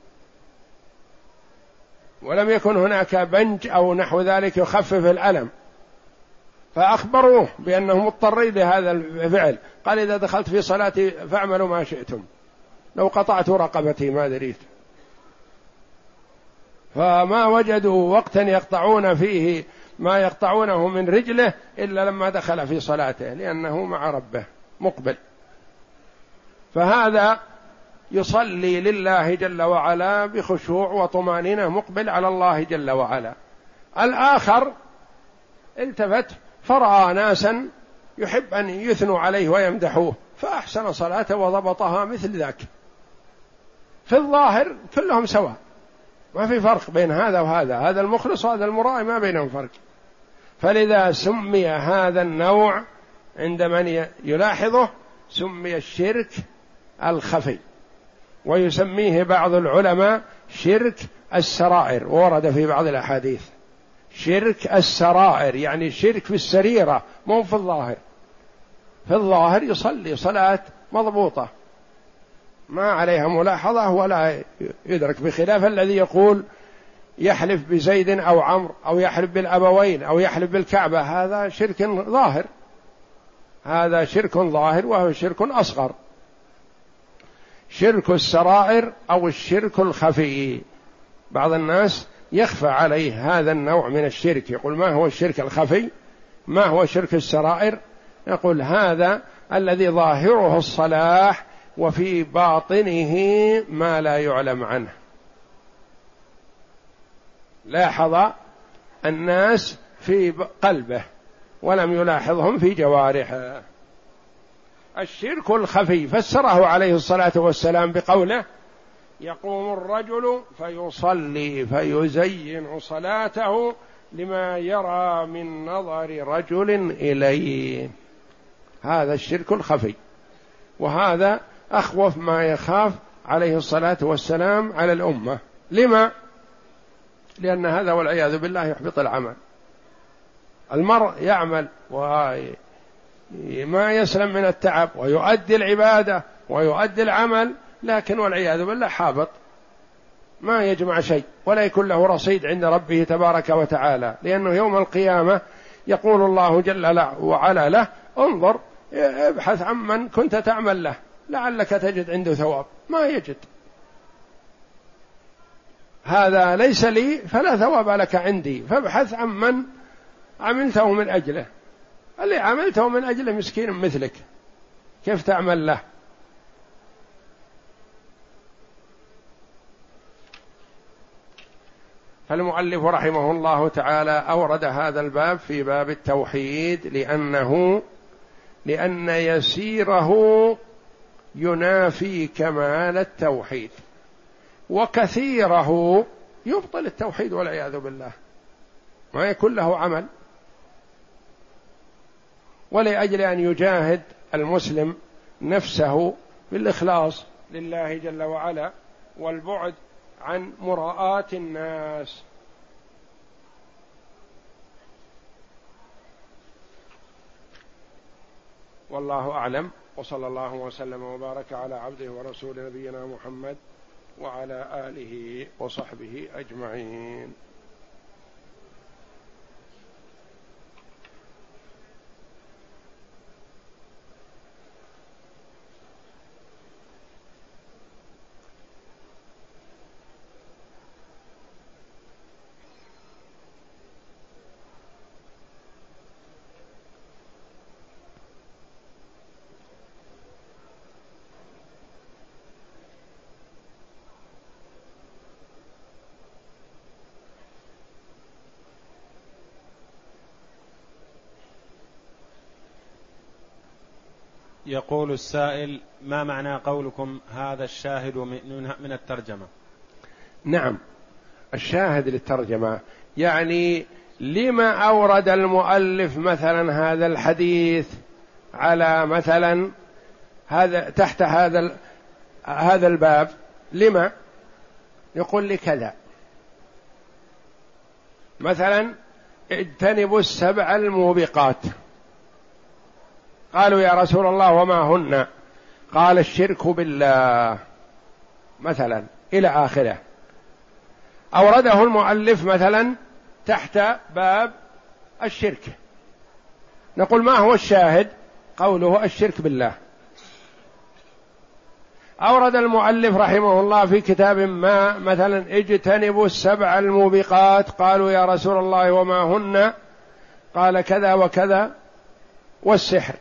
ولم يكن هناك بنج أو نحو ذلك يخفف الألم، فأخبروه بأنه مضطرين لهذا الفعل، قال إذا دخلت في صلاتي فاعملوا ما شئتم، لو قطعت رقبتي ما دريت. فما وجدوا وقتا يقطعون فيه ما يقطعونه من رجله إلا لما دخل في صلاته، لأنه مع ربه مقبل. فهذا يصلي لله جل وعلا بخشوع وطمأنينة، مقبل على الله جل وعلا. الآخر التفت فرأى ناسا يحب أن يثنوا عليه ويمدحوه فأحسن صلاته وضبطها مثل ذاك، في الظاهر كلهم سواء، ما في فرق بين هذا وهذا، هذا المخلص وهذا المرائي ما بينهم فرق. فلذا سمي هذا النوع عند من يلاحظه سمي الشرك الخفي، ويسميه بعض العلماء شرك السرائر، ورد في بعض الأحاديث شرك السرائر، يعني شرك في السريرة مو في الظاهر. في الظاهر يصلي صلاة مضبوطة ما عليها ملاحظة ولا يدرك، بخلاف الذي يقول يحلف بزيد أو عمرو أو يحلف بالأبوين أو يحلف بالكعبة، هذا شرك ظاهر، هذا شرك ظاهر وهو شرك أصغر. شرك السرائر أو الشرك الخفي، بعض الناس يخفى عليه هذا النوع من الشرك، يقول ما هو الشرك الخفي، ما هو شرك السرائر، يقول هذا الذي ظاهره الصلاح وفي باطنه ما لا يعلم عنه. لاحظ الناس في قلبه ولم يلاحظهم في جوارحه. الشرك الخفي فسره عليه الصلاة والسلام بقوله يقوم الرجل فيصلي فيزين صلاته لما يرى من نظر رجل إليه، هذا الشرك الخفي، وهذا أخوف ما يخاف عليه الصلاة والسلام على الأمة. لما؟ لأن هذا والعياذ بالله يحبط العمل. المرء يعمل وما يسلم من التعب ويؤدي العبادة ويؤدي العمل، لكن والعياذ بالله حابط، ما يجمع شيء ولا يكون له رصيد عند ربه تبارك وتعالى، لأنه يوم القيامة يقول الله جل وعلا له انظر ابحث عمن كنت تعمل له لعلك تجد عنده ثواب، ما يجد، هذا ليس لي فلا ثواب لك عندي، فابحث عمن عملته من أجله، اللي عملته من أجله مسكين مثلك كيف تعمل له؟ فالمؤلف رحمه الله تعالى أورد هذا الباب في باب التوحيد لأن يسيره ينافي كمال التوحيد، وكثيره يبطل التوحيد والعياذ بالله، ما يكون له عمل. ولأجل أن يجاهد المسلم نفسه بالإخلاص لله جل وعلا والبعد عن مراءة الناس. والله أعلم، وصلى الله وسلم وبارك على عبده ورسول نبينا محمد وعلى آله وصحبه أجمعين. يقول السائل: ما معنى قولكم هذا الشاهد من الترجمة؟ نعم، الشاهد للترجمة يعني لما أورد المؤلف مثلا هذا الحديث على مثلا هذا تحت هذا الباب، لما يقول لكذا. مثلا اجتنبوا السبع الموبقات، قالوا يا رسول الله وما هن؟ قال الشرك بالله مثلا إلى آخره. أورده المؤلف مثلا تحت باب الشرك، نقول ما هو الشاهد؟ قوله الشرك بالله. أورد المؤلف رحمه الله في كتاب ما مثلا اجتنبوا السبع الموبقات، قالوا يا رسول الله وما هن؟ قال كذا وكذا والسحر،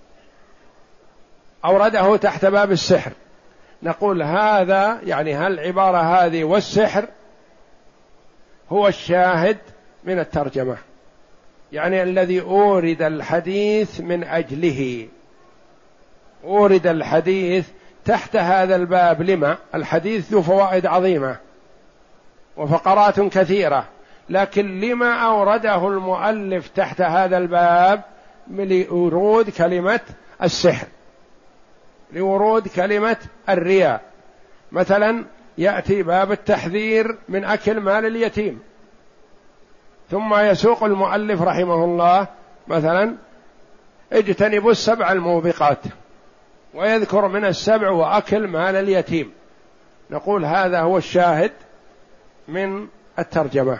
أورده تحت باب السحر. نقول هذا يعني هل العبارة هذه والسحر هو الشاهد من الترجمة، يعني الذي أورد الحديث من أجله، أورد الحديث تحت هذا الباب. لما؟ الحديث ذو فوائد عظيمة وفقرات كثيرة، لكن لما أورده المؤلف تحت هذا الباب؟ لورود كلمة السحر، لورود كلمة الرياء. مثلا يأتي باب التحذير من أكل مال اليتيم، ثم يسوق المؤلف رحمه الله مثلا اجتنبوا السبع الموبقات، ويذكر من السبع وأكل مال اليتيم. نقول هذا هو الشاهد من الترجمة.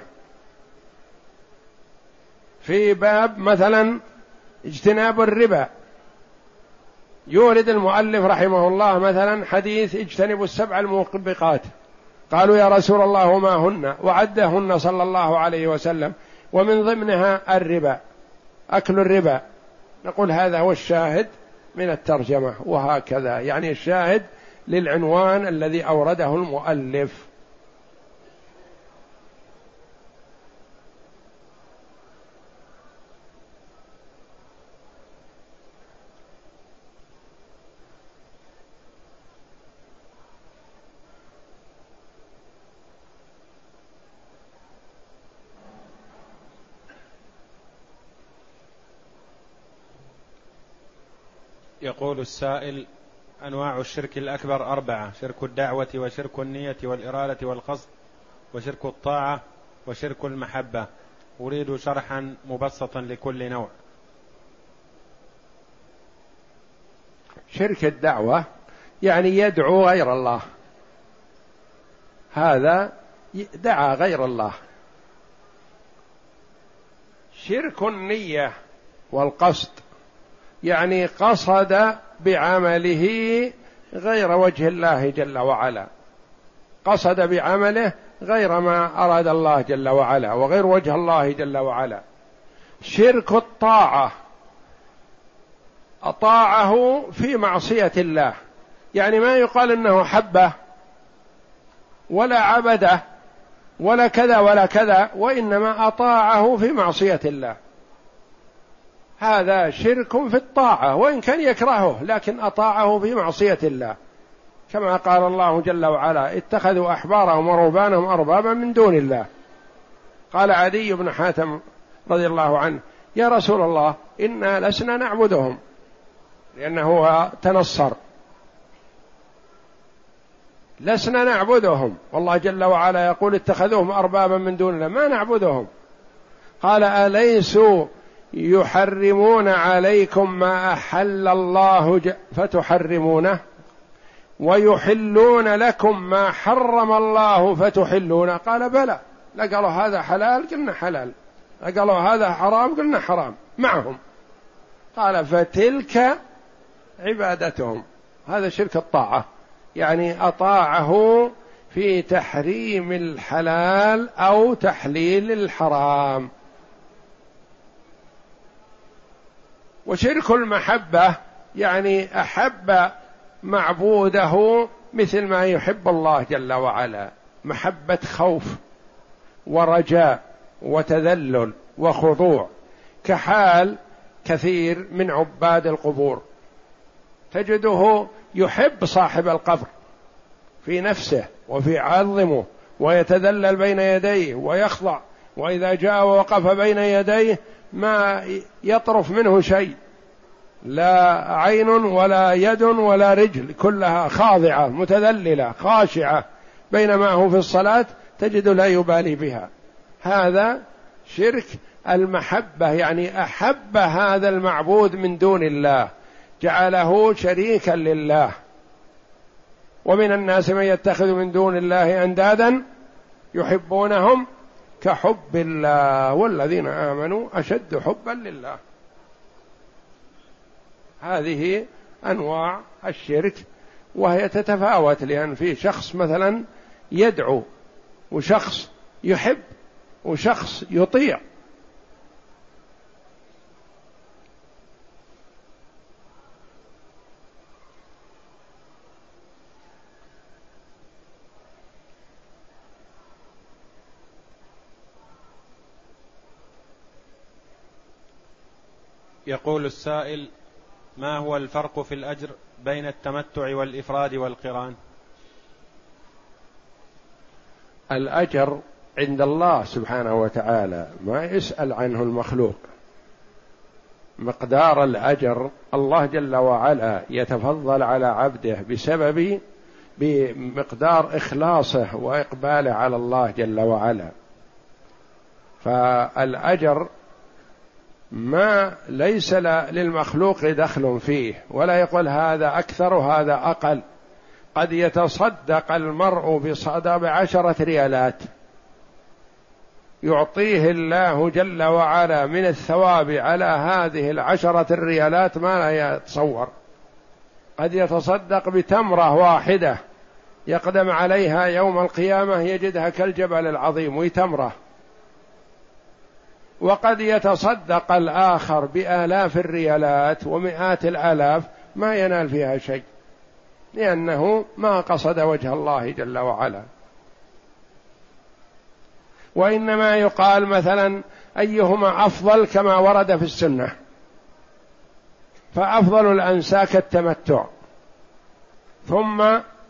في باب مثلا اجتناب الربا، يورد المؤلف رحمه الله مثلا حديث اجتنبوا السبع الموبقات، قالوا يا رسول الله وما هن؟ وعدهن صلى الله عليه وسلم، ومن ضمنها الربا، أكل الربا. نقول هذا هو الشاهد من الترجمة. وهكذا يعني الشاهد للعنوان الذي أورده المؤلف. يقول السائل: أنواع الشرك الأكبر 4: شرك الدعوة، وشرك النية والإرادة والقصد، وشرك الطاعة، وشرك المحبة. أريد شرحا مبسطا لكل نوع. شرك الدعوة يعني يدعو غير الله، هذا دعا غير الله. شرك النية والقصد يعني قصد بعمله غير وجه الله جل وعلا، قصد بعمله غير ما أراد الله جل وعلا وغير وجه الله جل وعلا. شرك الطاعة، أطاعه في معصية الله، يعني ما يقال إنه حبه ولا عبده ولا كذا ولا كذا، وإنما أطاعه في معصية الله. هذا شرك في الطاعة، وإن كان يكرهه لكن أطاعه في معصية الله، كما قال الله جل وعلا: اتخذوا أحبارهم ورهبانهم أربابا من دون الله. قال عدي بن حاتم رضي الله عنه: يا رسول الله، إنا لسنا نعبدهم، لأنه تنصر، لسنا نعبدهم، والله جل وعلا يقول: اتخذوهم أربابا من دون الله، ما نعبدهم. قال: أليسوا يحرمون عليكم ما أحل الله فتحرمونه، ويحلون لكم ما حرم الله فتحلونه؟ قال: بلى. لقالوا هذا حلال قلنا حلال، لقالوا هذا حرام قلنا حرام، معهم. قال: فتلك عبادتهم. هذا شرك الطاعة، يعني أطاعه في تحريم الحلال أو تحليل الحرام. وشرك المحبة يعني أحب معبوده مثل ما يحب الله جل وعلا، محبة خوف ورجاء وتذلل وخضوع، كحال كثير من عباد القبور، تجده يحب صاحب القبر في نفسه وفي عظمه، ويتذلل بين يديه ويخضع، وإذا جاء ووقف بين يديه ما يطرف منه شيء، لا عين ولا يد ولا رجل، كلها خاضعة متذللة خاشعة، بينما هو في الصلاة تجد لا يبالي بها. هذا شرك المحبة، يعني أحب هذا المعبود من دون الله، جعله شريكا لله. ومن الناس من يتخذ من دون الله أندادا يحبونهم كحب الله والذين آمنوا أشد حبا لله. هذه أنواع الشرك، وهي تتفاوت، لأن في شخص مثلا يدعو، وشخص يحب، وشخص يطيع. يقول السائل: ما هو الفرق في الأجر بين التمتع والإفراد والقران؟ الأجر عند الله سبحانه وتعالى، ما يسأل عنه المخلوق. مقدار الأجر الله جل وعلا يتفضل على عبده بمقدار إخلاصه وإقباله على الله جل وعلا. فالأجر ما ليس للمخلوق دخل فيه، ولا يقول هذا أكثر وهذا أقل. قد يتصدق المرء ب10 ريالات، يعطيه الله جل وعلا من الثواب على هذه 10 ريالات ما لا يتصور. قد يتصدق بتمرة واحدة يقدم عليها يوم القيامة يجدها كالجبل العظيم وتمرة. وقد يتصدق الآخر بآلاف الريالات ومئات الآلاف ما ينال فيها شيء، لأنه ما قصد وجه الله جل وعلا. وإنما يقال مثلا أيهما أفضل كما ورد في السنة، فأفضل الأنساك التمتع، ثم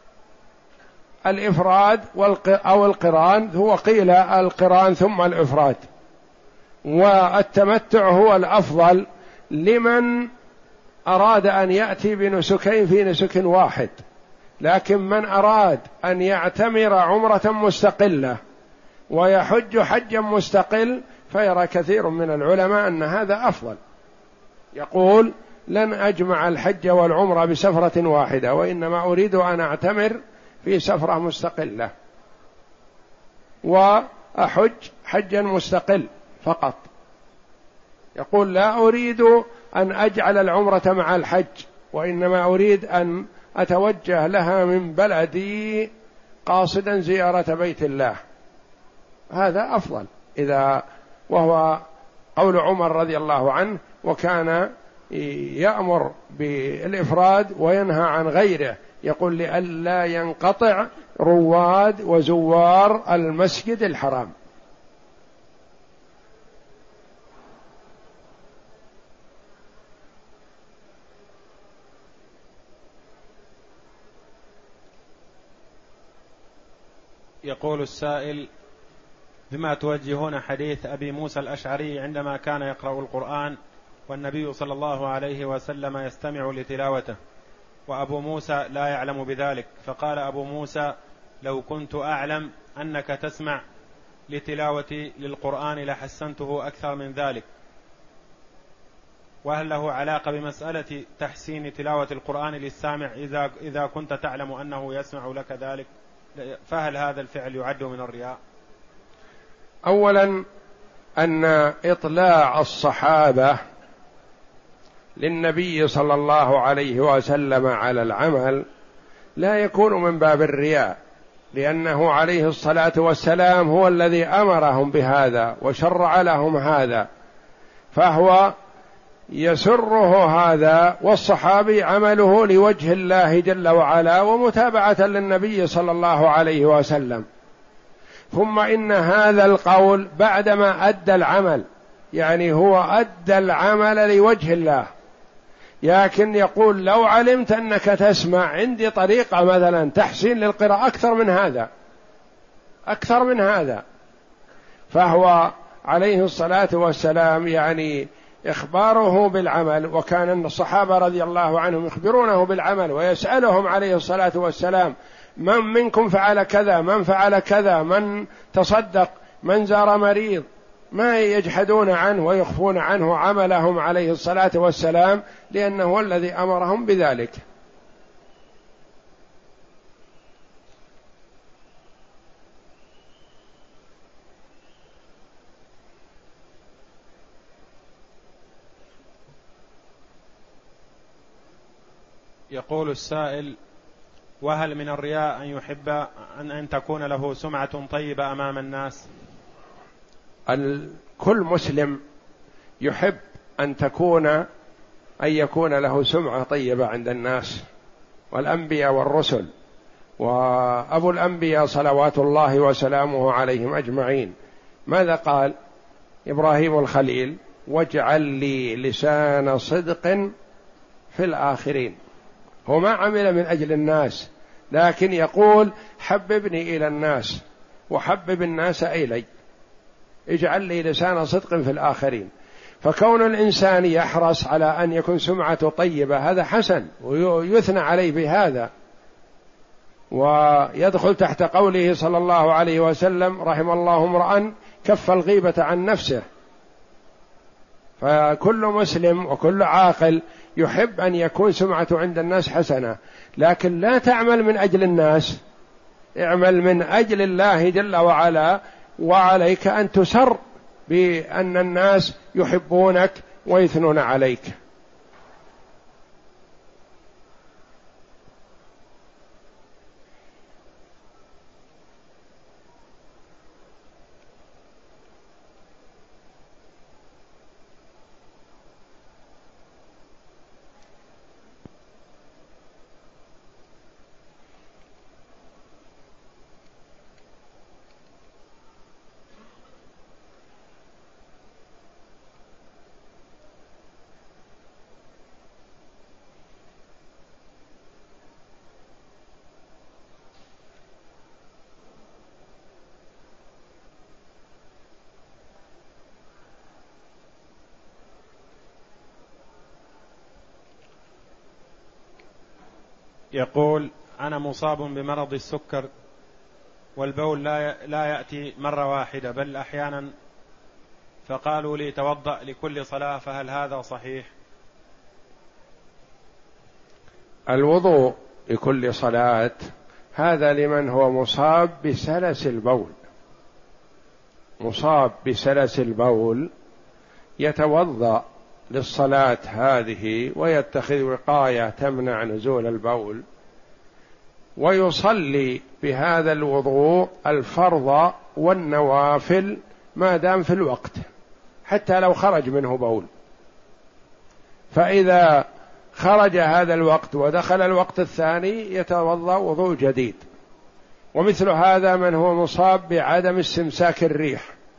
الإفراد أو القران، هو قيل القران ثم الإفراد، والتمتع هو الأفضل لمن أراد أن يأتي بنسكين في نسك واحد. لكن من أراد أن يعتمر عمرة مستقلة ويحج حجا مستقل، فيرى كثير من العلماء أن هذا أفضل، يقول لن أجمع الحج والعمرة بسفرة واحدة، وإنما أريد أن أعتمر في سفرة مستقلة وأحج حجا مستقل فقط. يقول لا أريد أن أجعل العمرة مع الحج، وإنما أريد أن أتوجه لها من بلدي قاصدا زيارة بيت الله. هذا أفضل، وهو قول عمر رضي الله عنه، وكان يأمر بالإفراد وينهى عن غيره، يقول لئلا ينقطع رواد وزوار المسجد الحرام. يقول السائل: بما توجهون حديث أبي موسى الأشعري عندما كان يقرأ القرآن والنبي صلى الله عليه وسلم يستمع لتلاوته وأبو موسى لا يعلم بذلك، فقال أبو موسى: لو كنت أعلم أنك تسمع لتلاوتي للقرآن لحسنته أكثر من ذلك. وهل له علاقة بمسألة تحسين تلاوة القرآن للسامع إذا كنت تعلم أنه يسمع لك ذلك؟ فهل هذا الفعل يعد من الرياء؟ أولا أن إطلاع الصحابة للنبي صلى الله عليه وسلم على العمل لا يكون من باب الرياء، لأنه عليه الصلاة والسلام هو الذي أمرهم بهذا وشرع لهم هذا، فهو يسره هذا، والصحابي عمله لوجه الله جل وعلا ومتابعة للنبي صلى الله عليه وسلم. ثم إن هذا القول بعدما أدى العمل، يعني هو أدى العمل لوجه الله، لكن يقول: لو علمت أنك تسمع عندي طريقة مثلا تحسين للقراءة أكثر من هذا. فهو عليه الصلاة والسلام يعني إخباره بالعمل، وكان الصحابة رضي الله عنهم يخبرونه بالعمل ويسألهم عليه الصلاة والسلام: من منكم فعل كذا، من فعل كذا، من تصدق، من زار مريض، ما يجحدون عنه ويخفون عنه عملهم عليه الصلاة والسلام، لأنه هو الذي أمرهم بذلك. يقول السائل: وهل من الرياء أن يحب أن تكون له سمعة طيبة أمام الناس؟ كل مسلم يحب أن يكون له سمعة طيبة عند الناس، والأنبياء والرسل وأبو الأنبياء صلوات الله وسلامه عليهم أجمعين. ماذا قال إبراهيم الخليل؟ واجعل لي لسان صدق في الآخرين. هو ما عمل من أجل الناس، لكن يقول: حببني إلى الناس وحبب الناس إلي، اجعل لي لسان صدق في الآخرين. فكون الإنسان يحرص على أن يكون سمعته طيبة هذا حسن، ويثنى عليه بهذا، ويدخل تحت قوله صلى الله عليه وسلم: رحم الله امرأ كف الغيبة عن نفسه. فكل مسلم وكل عاقل يحب أن يكون سمعته عند الناس حسنة، لكن لا تعمل من أجل الناس، اعمل من أجل الله جل وعلا، وعليك أن تسر بأن الناس يحبونك ويثنون عليك. يقول: أنا مصاب بمرض السكر، والبول لا يأتي مرة واحدة بل أحيانا، فقالوا لي توضأ لكل صلاة، فهل هذا صحيح؟ الوضوء لكل صلاة هذا لمن هو مصاب بسلس البول. مصاب بسلس البول يتوضأ للصلاة هذه ويتخذ وقاية تمنع نزول البول، ويصلي بهذا الوضوء الفرض والنوافل ما دام في الوقت، حتى لو خرج منه بول. فإذا خرج هذا الوقت ودخل الوقت الثاني يتوضأ وضوء جديد. ومثل هذا من هو مصاب بعدم استمساك الريح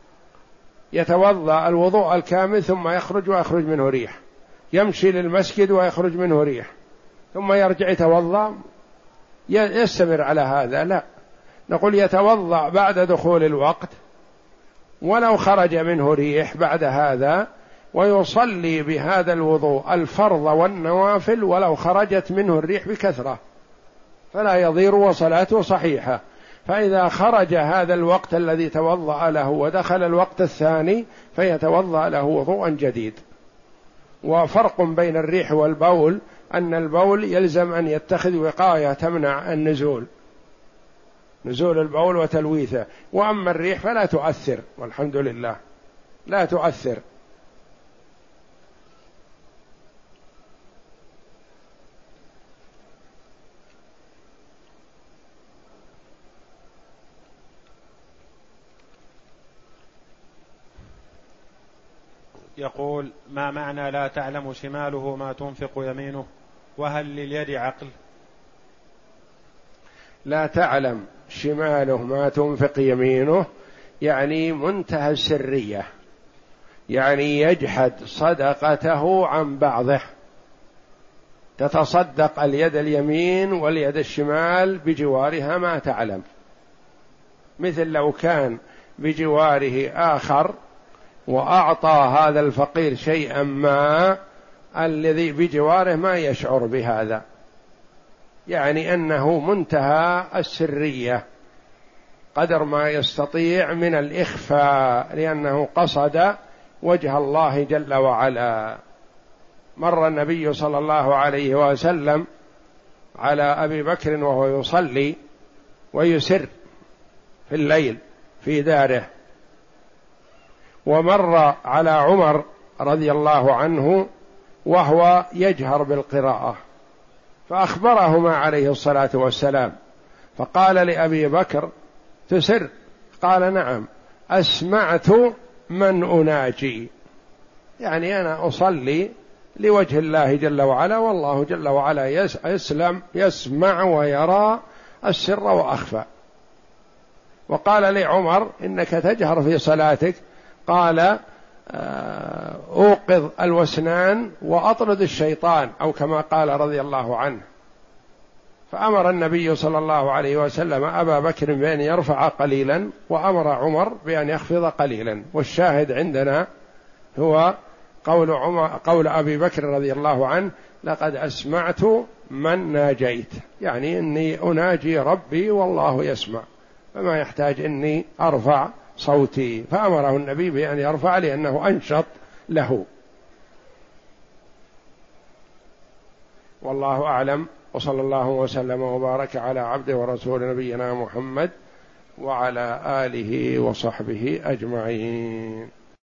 يتوضأ الوضوء الكامل ثم يخرج ويخرج منه ريح، يمشي للمسجد ويخرج منه ريح، ثم يرجع يتوضأ، يستمر على هذا؟ لا، نقول يتوضأ بعد دخول الوقت ولو خرج منه ريح بعد هذا، ويصلي بهذا الوضوء الفرض والنوافل ولو خرجت منه الريح بكثرة، فلا يضير وصلاته صحيحة. فإذا خرج هذا الوقت الذي توضأ له ودخل الوقت الثاني فيتوضأ له وضوءا جديد. وفرق بين الريح والبول أن البول يلزم أن يتخذ وقاية تمنع نزول البول وتلويثه، وأما الريح فلا تؤثر والحمد لله، لا تؤثر. يقول: ما معنى لا تعلم شماله ما تنفق يمينه، وهل لليد عقل؟ لا تعلم شماله ما تنفق يمينه يعني منتهى السرية، يعني يجحد صدقته عن بعضه، تتصدق اليد اليمين واليد الشمال بجوارها ما تعلم. مثل لو كان بجواره آخر وأعطى هذا الفقير شيئا ما، الذي بجواره ما يشعر بهذا، يعني أنه منتهى السرية قدر ما يستطيع من الإخفاء، لأنه قصد وجه الله جل وعلا. مر النبي صلى الله عليه وسلم على أبي بكر وهو يصلي ويسر في الليل في داره، ومر على عمر رضي الله عنه وهو يجهر بالقراءة، فأخبرهما عليه الصلاة والسلام، فقال لأبي بكر: تسر؟ قال: نعم، أسمعت من أناجي، يعني أنا أصلي لوجه الله جل وعلا، والله جل وعلا يسمع ويرى السر وأخفى. وقال لعمر: إنك تجهر في صلاتك، قال: أوقظ الوسنان وأطرد الشيطان، أو كما قال رضي الله عنه. فأمر النبي صلى الله عليه وسلم أبا بكر بأن يرفع قليلا، وأمر عمر بأن يخفض قليلا. والشاهد عندنا هو قول أبي بكر رضي الله عنه: لقد أسمعت من ناجيت، يعني إني أناجي ربي والله يسمع، فما يحتاج إني أرفع صوتي. فأمره النبي بأن يرفع لأنه أنشط له. والله أعلم، وصلى الله وسلم وبارك على عبده ورسول نبينا محمد وعلى آله وصحبه أجمعين.